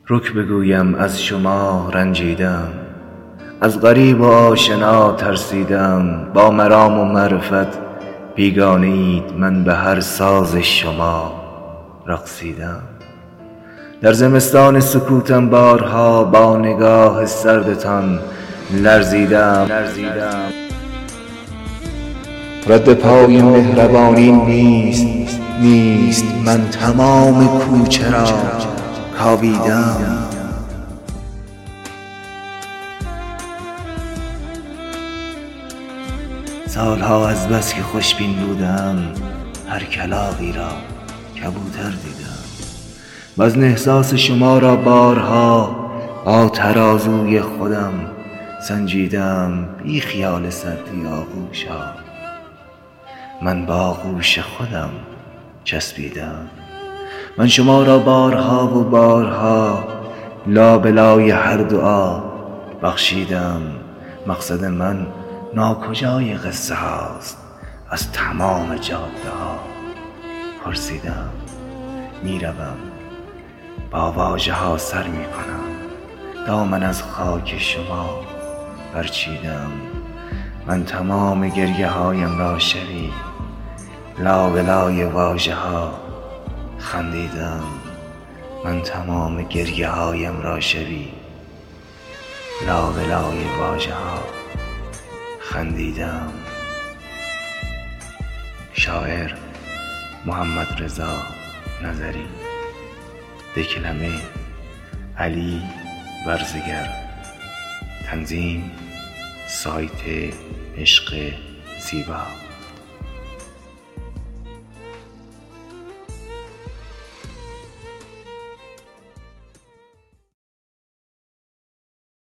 رک بگویم از شما رنجیدم، از غریب و آشنا ترسیدم. با مرام و معرفت بیگانه اید، من به هر ساز شما رقصیدم. در زمستان سکوتم بارها با نگاه سردتان لرزیدم. رد پای مهربانی نیست، من تمام کوچه را کاویدم. سالها از بس که خوشبین بودم، هر کلاغی را کبوتر دیدم. وزن احساس شما را بارها با ترازوی خودم سنجیدم. بی خیال سردی آغوشا من با آغوش خودم چسبیدم. من شما را بارها و بارها لابلای هر دعا بخشیدم. مقصد من ناکجای قصه هاست، از تمام جاده ها پرسیدم. میروم با واژه ها سر میکنم، دامن از خاک شما برچیدم. من تمام گریه هایم را شبی لابلای واژه ها خندیدم. من تمام گریه هایم را شبی لابلای واژه ها خندیدم. شاعر محمدرضا نظری. دکلمه علی ورزگر. تنظیم سایت عشق زیبا.